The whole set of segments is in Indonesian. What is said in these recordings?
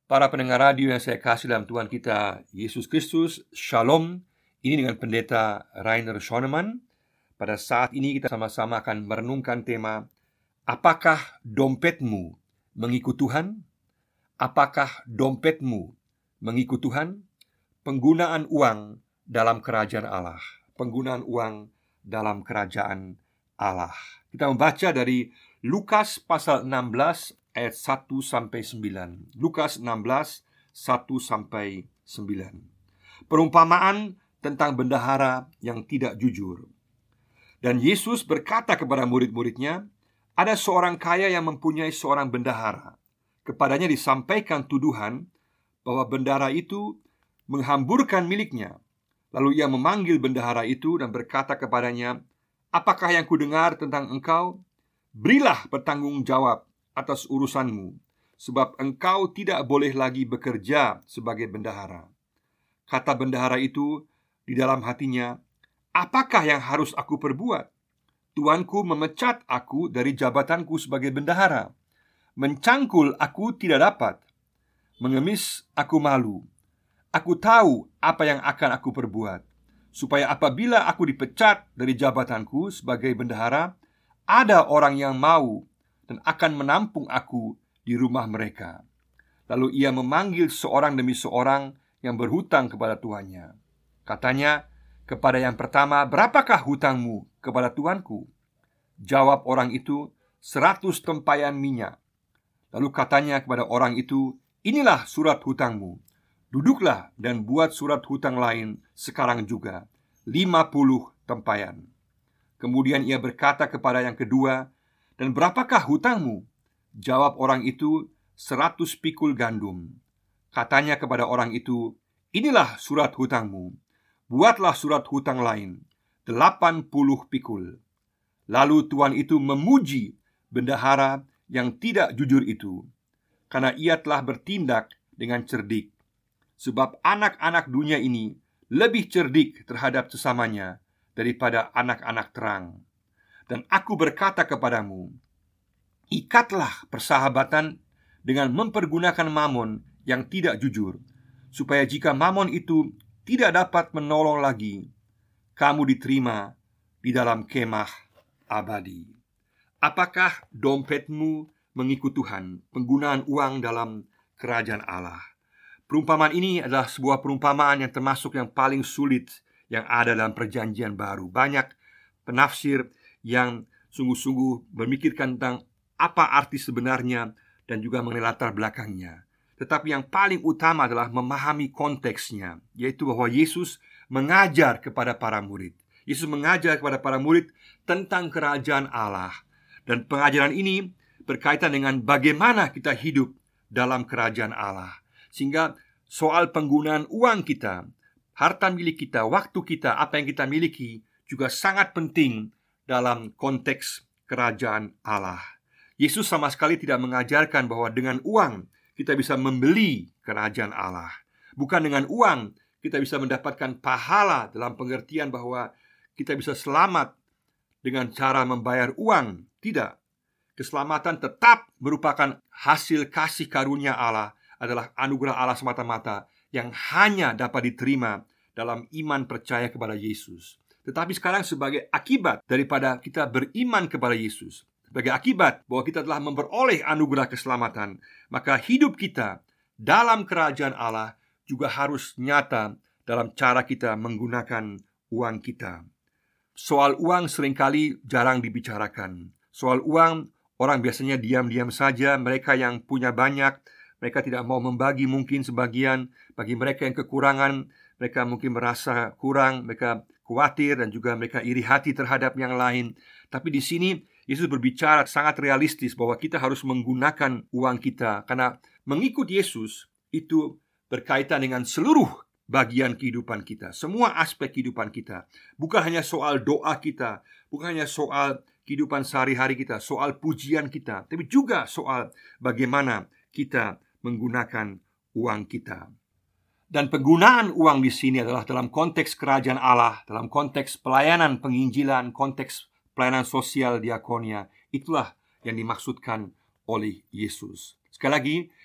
Para pendengar radio yang saya kasih dalam Tuhan kita Yesus Kristus, Shalom. Ini dengan Pendeta Rainer Schoenemann. Pada saat ini kita sama-sama akan merenungkan tema, apakah dompetmu mengikut Tuhan? Apakah dompetmu mengikut Tuhan? Penggunaan uang dalam kerajaan Allah. Penggunaan uang dalam kerajaan Allah. Kita membaca dari Lukas pasal 16 ayat 1-9. Lukas 16 1-9. Perumpamaan tentang bendahara yang tidak jujur. Dan Yesus berkata kepada murid-muridnya, ada seorang kaya yang mempunyai seorang bendahara. Kepadanya disampaikan tuduhan bahwa bendahara itu menghamburkan miliknya. Lalu ia memanggil bendahara itu dan berkata kepadanya, apakah yang kudengar tentang engkau? Berilah bertanggung jawab atas urusanmu, sebab engkau tidak boleh lagi bekerja sebagai bendahara. Kata bendahara itu di dalam hatinya, apakah yang harus aku perbuat? Tuanku memecat aku dari jabatanku sebagai bendahara. Mencangkul aku tidak dapat, mengemis aku malu. Aku tahu apa yang akan aku perbuat, supaya apabila aku dipecat dari jabatanku sebagai bendahara, ada orang yang mau dan akan menampung aku di rumah mereka. Lalu ia memanggil seorang demi seorang yang berhutang kepada tuannya. Katanya kepada yang pertama, berapakah hutangmu kepada tuanku? Jawab orang itu, 100 tempayan minyak. Lalu katanya kepada orang itu, inilah surat hutangmu. Duduklah dan buat surat hutang lain sekarang juga, 50 tempayan. Kemudian ia berkata kepada yang kedua, dan berapakah hutangmu? Jawab orang itu, 100 pikul gandum. Katanya kepada orang itu, inilah surat hutangmu. Buatlah surat hutang lain, 80 pikul. Lalu tuan itu memuji bendahara yang tidak jujur itu, karena ia telah bertindak dengan cerdik. Sebab anak-anak dunia ini lebih cerdik terhadap sesamanya daripada anak-anak terang. Dan aku berkata kepadamu, ikatlah persahabatan dengan mempergunakan mamon yang tidak jujur, supaya jika mamon itu tidak dapat menolong lagi, kamu diterima di dalam kemah abadi. Apakah dompetmu mengikut Tuhan? Penggunaan uang dalam kerajaan Allah. Perumpamaan ini adalah sebuah perumpamaan yang termasuk yang paling sulit yang ada dalam perjanjian baru. Banyak penafsir yang sungguh-sungguh memikirkan tentang apa arti sebenarnya dan juga mengenai latar belakangnya. Tetapi yang paling utama adalah memahami konteksnya, yaitu bahwa Yesus mengajar kepada para murid. Yesus mengajar kepada para murid tentang kerajaan Allah. Dan pengajaran ini berkaitan dengan bagaimana kita hidup dalam kerajaan Allah. Sehingga soal penggunaan uang kita, harta milik kita, waktu kita, apa yang kita miliki juga sangat penting dalam konteks kerajaan Allah. Yesus sama sekali tidak mengajarkan bahwa dengan uang kita bisa membeli kerajaan Allah. Bukan dengan uang kita bisa mendapatkan pahala dalam pengertian bahwa kita bisa selamat dengan cara membayar uang. Tidak. Keselamatan tetap merupakan hasil kasih karunia Allah, adalah anugerah Allah semata-mata yang hanya dapat diterima dalam iman percaya kepada Yesus. Tetapi sekarang sebagai akibat daripada kita beriman kepada Yesus, sebagai akibat bahwa kita telah memperoleh anugerah keselamatan, maka hidup kita dalam kerajaan Allah juga harus nyata dalam cara kita menggunakan uang kita. Soal uang seringkali jarang dibicarakan. Soal uang, orang biasanya diam-diam saja. Mereka yang punya banyak, mereka tidak mau membagi mungkin sebagian. Bagi mereka yang kekurangan, mereka mungkin merasa kurang, mereka khawatir dan juga mereka iri hati terhadap yang lain. Tapi di sini Yesus berbicara sangat realistis bahwa kita harus menggunakan uang kita, karena mengikut Yesus itu berkaitan dengan seluruh bagian kehidupan kita, semua aspek kehidupan kita. Bukan hanya soal doa kita, bukan hanya soal kehidupan sehari-hari kita, soal pujian kita, tapi juga soal bagaimana kita menggunakan uang kita. Dan penggunaan uang di sini adalah dalam konteks kerajaan Allah, dalam konteks pelayanan penginjilan, konteks pelayanan sosial diakonia. Itulah yang dimaksudkan oleh Yesus. Sekali lagi,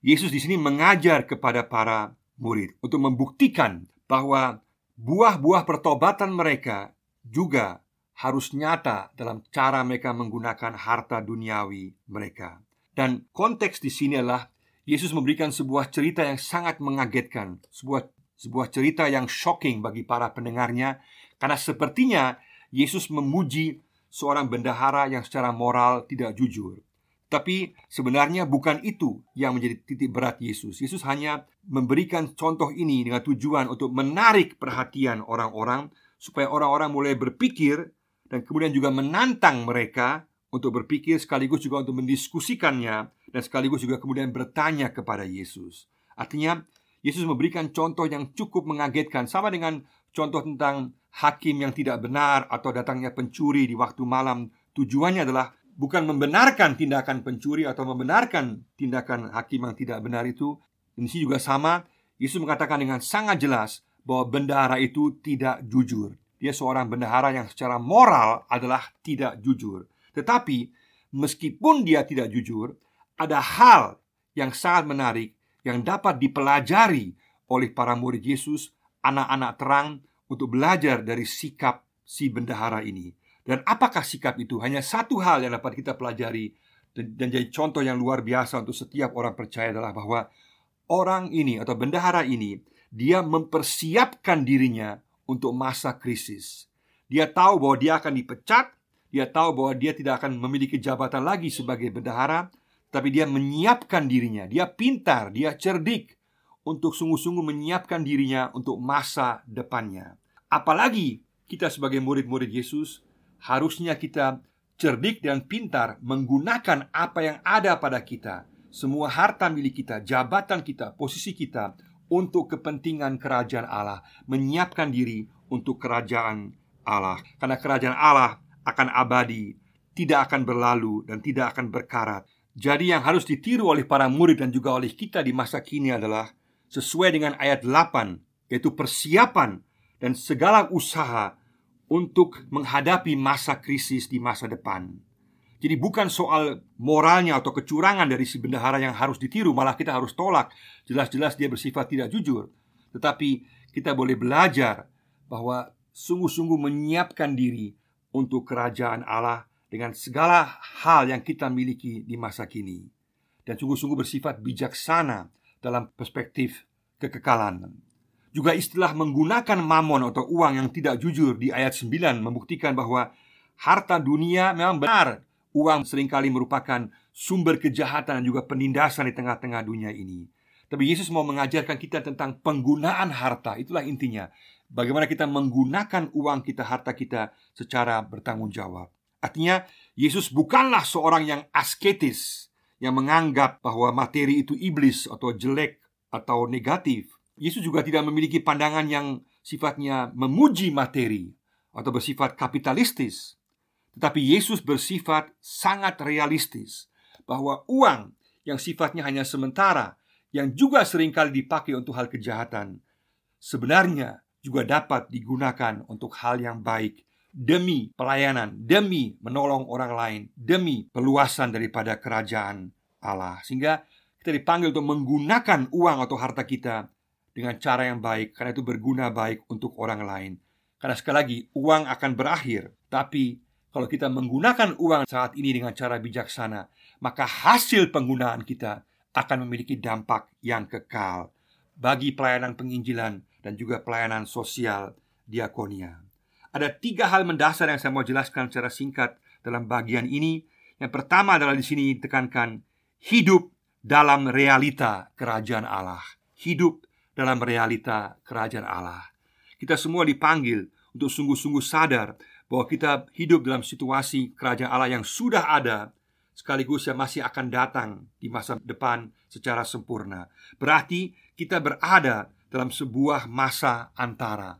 Yesus di sini mengajar kepada para murid untuk membuktikan bahwa buah-buah pertobatan mereka juga harus nyata dalam cara mereka menggunakan harta duniawi mereka. Dan konteks di sini adalah Yesus memberikan sebuah cerita yang sangat mengagetkan, sebuah cerita yang shocking bagi para pendengarnya, karena sepertinya Yesus memuji seorang bendahara yang secara moral tidak jujur. Tapi sebenarnya bukan itu yang menjadi titik berat Yesus. Yesus hanya memberikan contoh ini dengan tujuan untuk menarik perhatian orang-orang, supaya orang-orang mulai berpikir dan kemudian juga menantang mereka untuk berpikir, sekaligus juga untuk mendiskusikannya, dan sekaligus juga kemudian bertanya kepada Yesus. Artinya Yesus memberikan contoh yang cukup mengagetkan, sama dengan contoh tentang hakim yang tidak benar atau datangnya pencuri di waktu malam. Tujuannya adalah bukan membenarkan tindakan pencuri atau membenarkan tindakan hakim yang tidak benar itu. Di sini juga sama, Yesus mengatakan dengan sangat jelas bahwa bendahara itu tidak jujur. Dia seorang bendahara yang secara moral adalah tidak jujur. Tetapi meskipun dia tidak jujur, ada hal yang sangat menarik yang dapat dipelajari oleh para murid Yesus, anak-anak terang, untuk belajar dari sikap si bendahara ini. Dan apakah sikap itu? Hanya satu hal yang dapat kita pelajari dan jadi contoh yang luar biasa untuk setiap orang percaya adalah bahwa orang ini atau bendahara ini, dia mempersiapkan dirinya untuk masa krisis. Dia tahu bahwa dia akan dipecat, dia tahu bahwa dia tidak akan memiliki jabatan lagi sebagai bendahara, tapi dia menyiapkan dirinya. Dia pintar, dia cerdik untuk sungguh-sungguh menyiapkan dirinya untuk masa depannya. Apalagi kita sebagai murid-murid Yesus, harusnya kita cerdik dan pintar menggunakan apa yang ada pada kita, semua harta milik kita, jabatan kita, posisi kita, untuk kepentingan kerajaan Allah, menyiapkan diri untuk kerajaan Allah. Karena kerajaan Allah akan abadi, tidak akan berlalu, dan tidak akan berkarat. Jadi yang harus ditiru oleh para murid dan juga oleh kita di masa kini adalah sesuai dengan ayat 8, yaitu persiapan dan segala usaha untuk menghadapi masa krisis di masa depan. Jadi bukan soal moralnya atau kecurangan dari si bendahara yang harus ditiru, malah kita harus tolak. Jelas-jelas dia bersifat tidak jujur. Tetapi kita boleh belajar bahwa sungguh-sungguh menyiapkan diri untuk kerajaan Allah dengan segala hal yang kita miliki di masa kini, dan sungguh-sungguh bersifat bijaksana dalam perspektif kekekalan. Juga istilah menggunakan mamon atau uang yang tidak jujur di ayat 9 membuktikan bahwa harta dunia memang benar. Uang seringkali merupakan sumber kejahatan dan juga penindasan di tengah-tengah dunia ini. Tapi Yesus mau mengajarkan kita tentang penggunaan harta. Itulah intinya. Bagaimana kita menggunakan uang kita, harta kita secara bertanggung jawab. Artinya Yesus bukanlah seorang yang asketis, yang menganggap bahwa materi itu iblis atau jelek atau negatif. Yesus juga tidak memiliki pandangan yang sifatnya memuji materi atau bersifat kapitalistis. Tetapi Yesus bersifat sangat realistis, bahwa uang yang sifatnya hanya sementara, yang juga seringkali dipakai untuk hal kejahatan, sebenarnya juga dapat digunakan untuk hal yang baik, demi pelayanan, demi menolong orang lain, demi perluasan daripada kerajaan Allah. Sehingga kita dipanggil untuk menggunakan uang atau harta kita dengan cara yang baik, karena itu berguna baik untuk orang lain. Karena sekali lagi, uang akan berakhir. Tapi kalau kita menggunakan uang saat ini dengan cara bijaksana, maka hasil penggunaan kita akan memiliki dampak yang kekal bagi pelayanan penginjilan dan juga pelayanan sosial diakonia. Ada 3 hal mendasar yang saya mau jelaskan secara singkat dalam bagian ini. Yang pertama adalah di sini ditekankan hidup dalam realita kerajaan Allah. Hidup dalam realita kerajaan Allah. Kita semua dipanggil untuk sungguh-sungguh sadar bahwa kita hidup dalam situasi kerajaan Allah yang sudah ada, sekaligus yang masih akan datang di masa depan secara sempurna. Berarti kita berada dalam sebuah masa antara,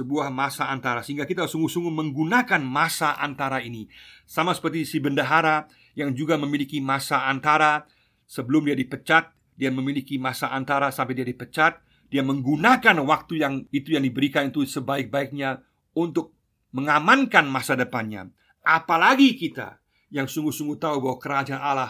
sehingga kita sungguh-sungguh menggunakan masa antara ini. Sama seperti si bendahara yang juga memiliki masa antara. Sebelum dia dipecat, dia memiliki masa antara sampai dia dipecat. Dia menggunakan waktu yang diberikan itu sebaik-baiknya untuk mengamankan masa depannya. Apalagi kita yang sungguh-sungguh tahu bahwa kerajaan Allah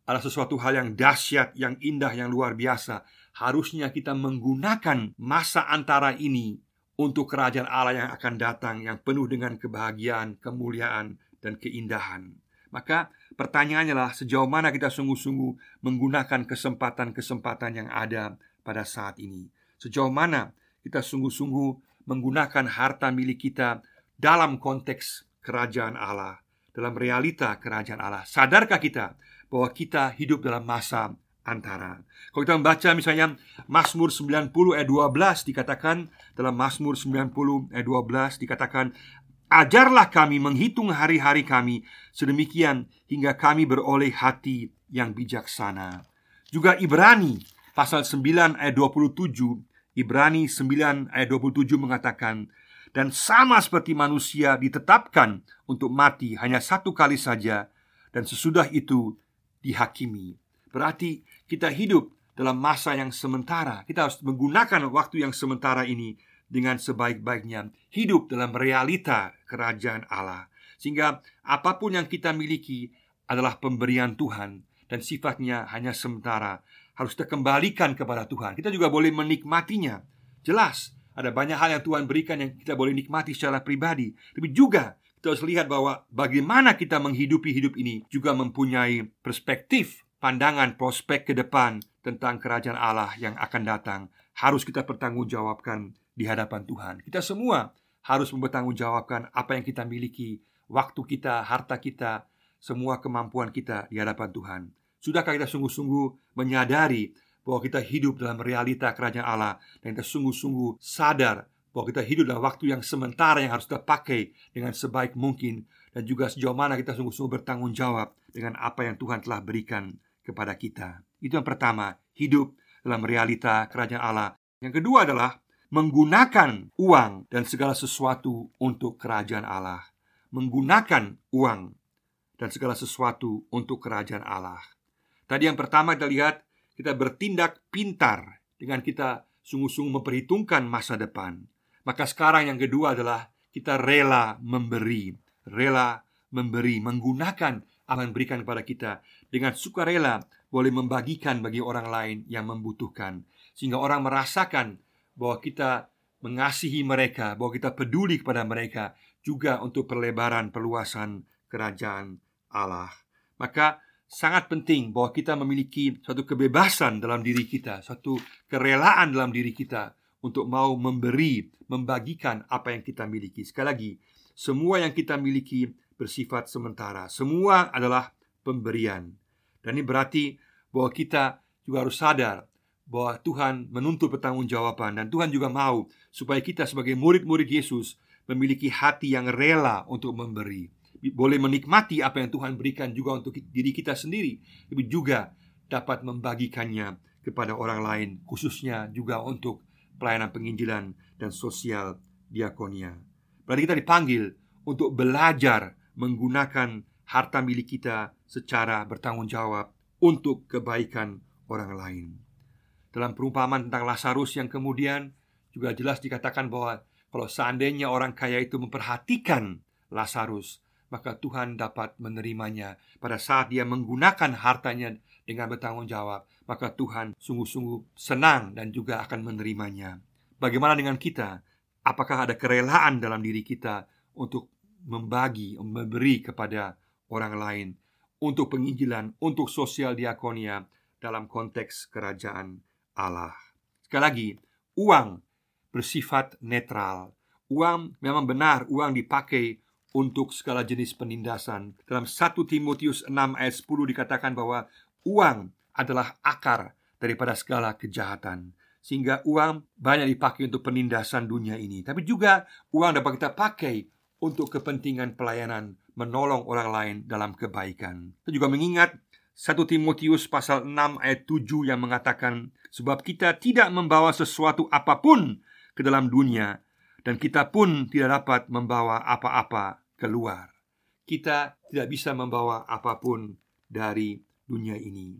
adalah sesuatu hal yang dahsyat, yang indah, yang luar biasa. Harusnya kita menggunakan masa antara ini untuk kerajaan Allah yang akan datang, yang penuh dengan kebahagiaan, kemuliaan, dan keindahan. Maka pertanyaannya lah, sejauh mana kita sungguh-sungguh menggunakan kesempatan-kesempatan yang ada pada saat ini. Sejauh mana kita sungguh-sungguh menggunakan harta milik kita dalam konteks kerajaan Allah, dalam realita kerajaan Allah. Sadarkah kita bahwa kita hidup dalam masa antara? Kalau kita membaca misalnya Mazmur 90 ayat 12, dikatakan dalam Mazmur 90 ayat 12 dikatakan, ajarlah kami menghitung hari-hari kami, sedemikian hingga kami beroleh hati yang bijaksana. Juga Ibrani pasal 9 ayat 27, Ibrani 9 ayat 27 mengatakan, dan sama seperti manusia ditetapkan untuk mati hanya satu kali saja, dan sesudah itu dihakimi. Berarti kita hidup dalam masa yang sementara. Kita harus menggunakan waktu yang sementara ini dengan sebaik-baiknya, hidup dalam realita kerajaan Allah, sehingga apapun yang kita miliki adalah pemberian Tuhan dan sifatnya hanya sementara. Harus kita kembalikan kepada Tuhan. Kita juga boleh menikmatinya. Jelas ada banyak hal yang Tuhan berikan yang kita boleh nikmati secara pribadi, tapi juga kita harus lihat bahwa bagaimana kita menghidupi hidup ini juga mempunyai perspektif, pandangan, prospek ke depan tentang kerajaan Allah yang akan datang. Harus kita pertanggungjawabkan di hadapan Tuhan. Kita semua harus mempertanggungjawabkan apa yang kita miliki, waktu kita, harta kita, semua kemampuan kita di hadapan Tuhan. Sudahkah kita sungguh-sungguh menyadari bahwa kita hidup dalam realita kerajaan Allah, dan kita sungguh-sungguh sadar bahwa kita hidup dalam waktu yang sementara yang harus kita pakai dengan sebaik mungkin, dan juga sejauh mana kita sungguh-sungguh bertanggung jawab dengan apa yang Tuhan telah berikan kepada kita. Itu yang pertama, hidup dalam realita kerajaan Allah. Yang kedua adalah menggunakan uang dan segala sesuatu untuk kerajaan Allah. Menggunakan uang dan segala sesuatu untuk kerajaan Allah. Tadi yang pertama kita lihat, kita bertindak pintar dengan kita sungguh-sungguh memperhitungkan masa depan. Maka sekarang yang kedua adalah kita rela memberi. Rela memberi, menggunakan apa yang diberikan kepada kita. Dengan sukarela boleh membagikan bagi orang lain yang membutuhkan, sehingga orang merasakan bahwa kita mengasihi mereka, bahwa kita peduli kepada mereka, juga untuk perlebaran, perluasan kerajaan Allah. Maka sangat penting bahwa kita memiliki suatu kebebasan dalam diri kita, suatu kerelaan dalam diri kita untuk mau memberi, membagikan apa yang kita miliki. Sekali lagi, semua yang kita miliki bersifat sementara. Semua adalah pemberian. Dan ini berarti bahwa kita juga harus sadar bahwa Tuhan menuntut pertanggungjawaban, dan Tuhan juga mau supaya kita sebagai murid-murid Yesus memiliki hati yang rela untuk memberi. Boleh menikmati apa yang Tuhan berikan juga untuk diri kita sendiri, tapi juga dapat membagikannya kepada orang lain, khususnya juga untuk pelayanan penginjilan dan sosial diakonia. Berarti kita dipanggil untuk belajar menggunakan harta milik kita secara bertanggung jawab untuk kebaikan orang lain. Dalam perumpamaan tentang Lazarus yang kemudian juga jelas dikatakan bahwa kalau seandainya orang kaya itu memperhatikan Lazarus, maka Tuhan dapat menerimanya. Pada saat dia menggunakan hartanya dengan bertanggung jawab, maka Tuhan sungguh-sungguh senang dan juga akan menerimanya. Bagaimana dengan kita? Apakah ada kerelaan dalam diri kita untuk membagi, memberi kepada orang lain, untuk penginjilan, untuk sosial diakonia dalam konteks kerajaan Allah? Sekali lagi, uang bersifat netral. Uang memang benar, uang dipakai untuk segala jenis penindasan. Dalam 1 Timotius 6 ayat 10 dikatakan bahwa uang adalah akar daripada segala kejahatan. Sehingga uang banyak dipakai untuk penindasan dunia ini, tapi juga uang dapat kita pakai untuk kepentingan pelayanan, menolong orang lain dalam kebaikan. Kita juga mengingat 1 Timotius pasal 6 ayat 7 yang mengatakan, sebab kita tidak membawa sesuatu apapun ke dalam dunia, dan kita pun tidak dapat membawa apa-apa keluar. Kita tidak bisa membawa apapun dari dunia ini.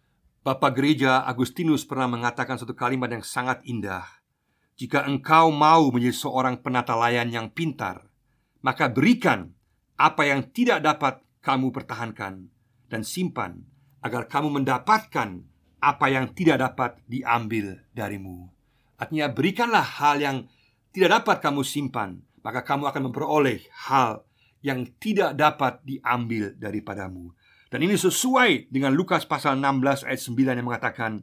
Bapak Gereja Agustinus pernah mengatakan satu kalimat yang sangat indah. Jika engkau mau menjadi seorang penata layan yang pintar, maka berikan apa yang tidak dapat kamu pertahankan, dan simpan agar kamu mendapatkan apa yang tidak dapat diambil darimu. Artinya, berikanlah hal yang tidak dapat kamu simpan, maka kamu akan memperoleh hal yang tidak dapat diambil daripadamu. Dan ini sesuai dengan Lukas pasal 16 ayat 9 yang mengatakan,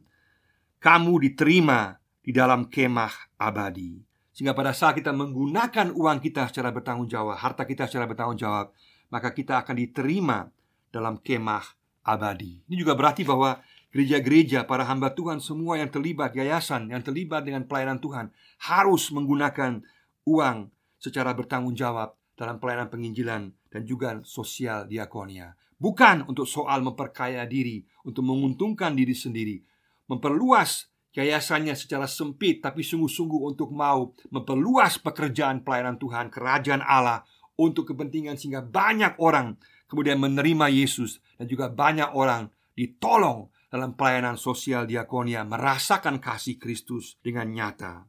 kamu diterima di dalam kemah abadi. Sehingga pada saat kita menggunakan uang kita secara bertanggung jawab, harta kita secara bertanggung jawab, maka kita akan diterima dalam kemah abadi. Ini juga berarti bahwa gereja-gereja, para hamba Tuhan semua yang terlibat, yayasan yang terlibat dengan pelayanan Tuhan, harus menggunakan uang secara bertanggung jawab dalam pelayanan penginjilan dan juga sosial diakonia. Bukan untuk soal memperkaya diri, untuk menguntungkan diri sendiri, memperluas yayasannya secara sempit, tapi sungguh-sungguh untuk mau memperluas pekerjaan pelayanan Tuhan, kerajaan Allah, untuk kepentingan sehingga banyak orang kemudian menerima Yesus, dan juga banyak orang ditolong dalam pelayanan sosial diakonia, merasakan kasih Kristus dengan nyata.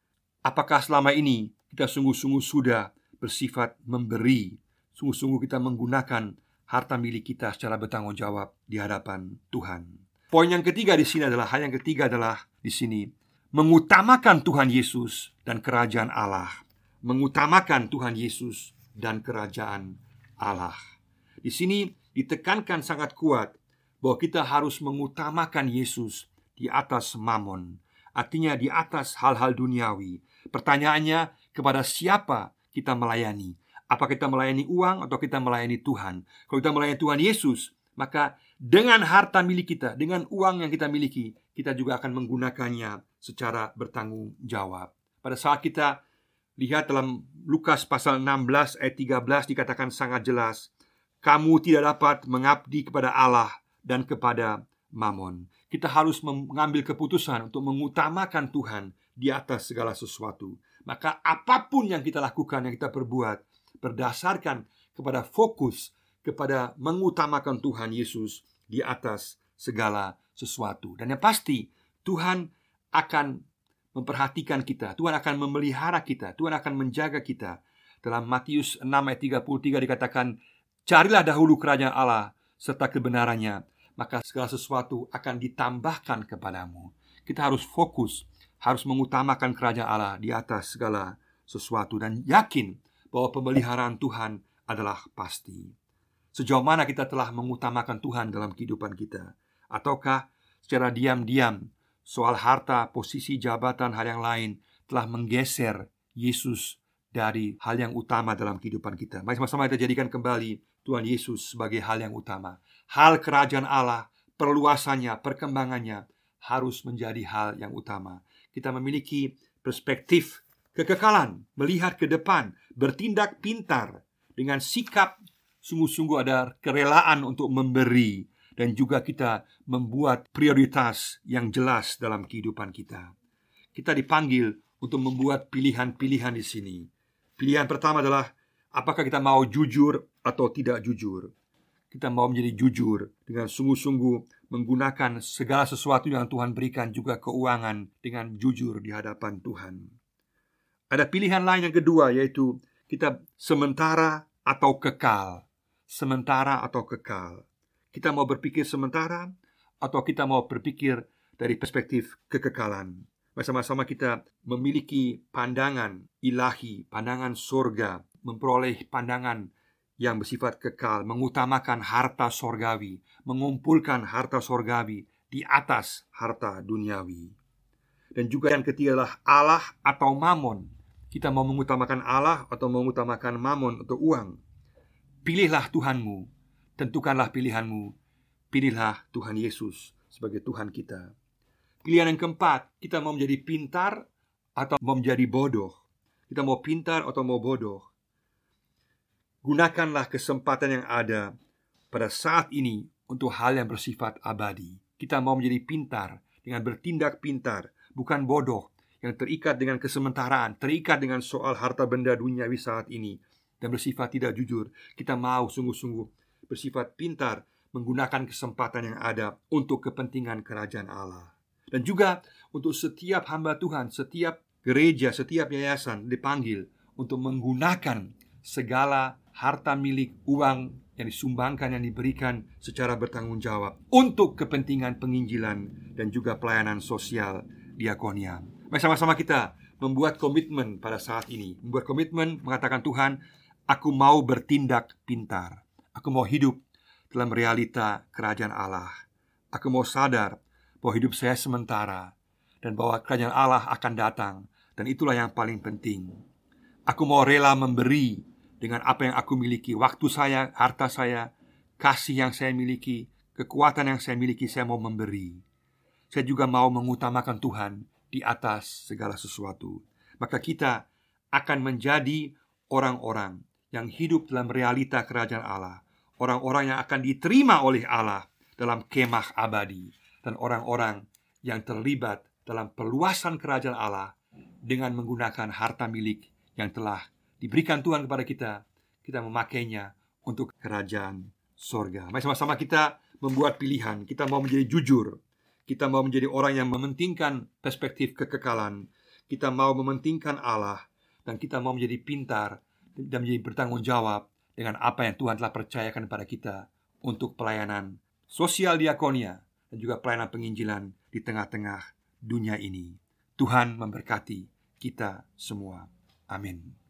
Apakah selama ini kita sungguh-sungguh sudah bersifat memberi? Sungguh-sungguh kita menggunakan harta milik kita secara bertanggung jawab di hadapan Tuhan. Poin yang ketiga di sini adalah, hal yang ketiga adalah di sini mengutamakan Tuhan Yesus dan kerajaan Allah. Mengutamakan Tuhan Yesus dan kerajaan Allah. Di sini ditekankan sangat kuat bahwa kita harus mengutamakan Yesus di atas mamon. Artinya di atas hal-hal duniawi. Pertanyaannya, kepada siapa kita melayani? Apa kita melayani uang atau kita melayani Tuhan? Kalau kita melayani Tuhan Yesus, maka dengan harta milik kita, dengan uang yang kita miliki, kita juga akan menggunakannya secara bertanggung jawab. Pada saat kita lihat dalam Lukas pasal 16 ayat 13 dikatakan sangat jelas, kamu tidak dapat mengabdi kepada Allah dan kepada mamon. Kita harus mengambil keputusan untuk mengutamakan Tuhan di atas segala sesuatu. Maka apapun yang kita lakukan, yang kita perbuat, berdasarkan kepada fokus kepada mengutamakan Tuhan Yesus di atas segala sesuatu. Dan yang pasti, Tuhan akan memperhatikan kita, Tuhan akan memelihara kita, Tuhan akan menjaga kita. Dalam Matius 6 ayat 33 dikatakan, carilah dahulu kerajaan Allah serta kebenarannya, maka segala sesuatu akan ditambahkan kepadamu. Kita harus fokus, harus mengutamakan kerajaan Allah di atas segala sesuatu, dan yakin bahwa pemeliharaan Tuhan adalah pasti. Sejauh mana kita telah mengutamakan Tuhan dalam kehidupan kita? Ataukah secara diam-diam soal harta, posisi, jabatan, hal yang lain telah menggeser Yesus dari hal yang utama dalam kehidupan kita? Mari sama-sama kita jadikan kembali Tuhan Yesus sebagai hal yang utama. Hal kerajaan Allah, perluasannya, perkembangannya harus menjadi hal yang utama. Kita memiliki perspektif kekekalan, melihat ke depan, bertindak pintar dengan sikap sungguh-sungguh ada kerelaan untuk memberi, dan juga kita membuat prioritas yang jelas dalam kehidupan kita. Kita dipanggil untuk membuat pilihan-pilihan di sini. Pilihan pertama adalah apakah kita mau jujur atau tidak jujur. Kita mau menjadi jujur dengan sungguh-sungguh menggunakan segala sesuatu yang Tuhan berikan, juga keuangan, dengan jujur di hadapan Tuhan. Ada pilihan lain yang kedua, yaitu kita sementara atau kekal. Sementara atau kekal. Kita mau berpikir sementara atau kita mau berpikir dari perspektif kekekalan. Bersama-sama kita memiliki pandangan ilahi, pandangan surga, memperoleh pandangan yang bersifat kekal, mengutamakan harta surgawi, mengumpulkan harta surgawi di atas harta duniawi. Dan juga yang ketiga adalah Allah atau mamon. Kita mau mengutamakan Allah atau mengutamakan mamon atau uang. Pilihlah Tuhanmu, tentukanlah pilihanmu. Pilihlah Tuhan Yesus sebagai Tuhan kita. Pilihan yang keempat, kita mau menjadi pintar atau mau menjadi bodoh. Kita mau pintar atau mau bodoh. Gunakanlah kesempatan yang ada pada saat ini untuk hal yang bersifat abadi. Kita mau menjadi pintar dengan bertindak pintar, bukan bodoh yang terikat dengan kesementaraan, terikat dengan soal harta benda duniawi saat ini, dan bersifat tidak jujur. Kita mau sungguh-sungguh bersifat pintar, menggunakan kesempatan yang ada untuk kepentingan kerajaan Allah. Dan juga untuk setiap hamba Tuhan, setiap gereja, setiap yayasan dipanggil untuk menggunakan segala harta milik, uang yang disumbangkan, yang diberikan secara bertanggung jawab untuk kepentingan penginjilan dan juga pelayanan sosial diakonia. Mari sama-sama kita membuat komitmen pada saat ini. Membuat komitmen mengatakan, Tuhan, aku mau bertindak pintar. Aku mau hidup dalam realita kerajaan Allah. Aku mau sadar bahwa hidup saya sementara dan bahwa kerajaan Allah akan datang. Dan itulah yang paling penting. Aku mau rela memberi dengan apa yang aku miliki, waktu saya, harta saya, kasih yang saya miliki, kekuatan yang saya miliki. Saya mau memberi. Saya juga mau mengutamakan Tuhan di atas segala sesuatu. Maka kita akan menjadi orang-orang yang hidup dalam realita kerajaan Allah, orang-orang yang akan diterima oleh Allah dalam kemah abadi, dan orang-orang yang terlibat dalam perluasan kerajaan Allah dengan menggunakan harta milik yang telah diberikan Tuhan kepada kita. Kita memakainya untuk kerajaan sorga. Mari sama-sama kita membuat pilihan. Kita mau menjadi jujur. Kita mau menjadi orang yang mementingkan perspektif kekekalan. Kita mau mementingkan Allah. Dan kita mau menjadi pintar dan menjadi bertanggung jawab dengan apa yang Tuhan telah percayakan kepada kita untuk pelayanan sosial diakonia dan juga pelayanan penginjilan di tengah-tengah dunia ini. Tuhan memberkati kita semua. Amin.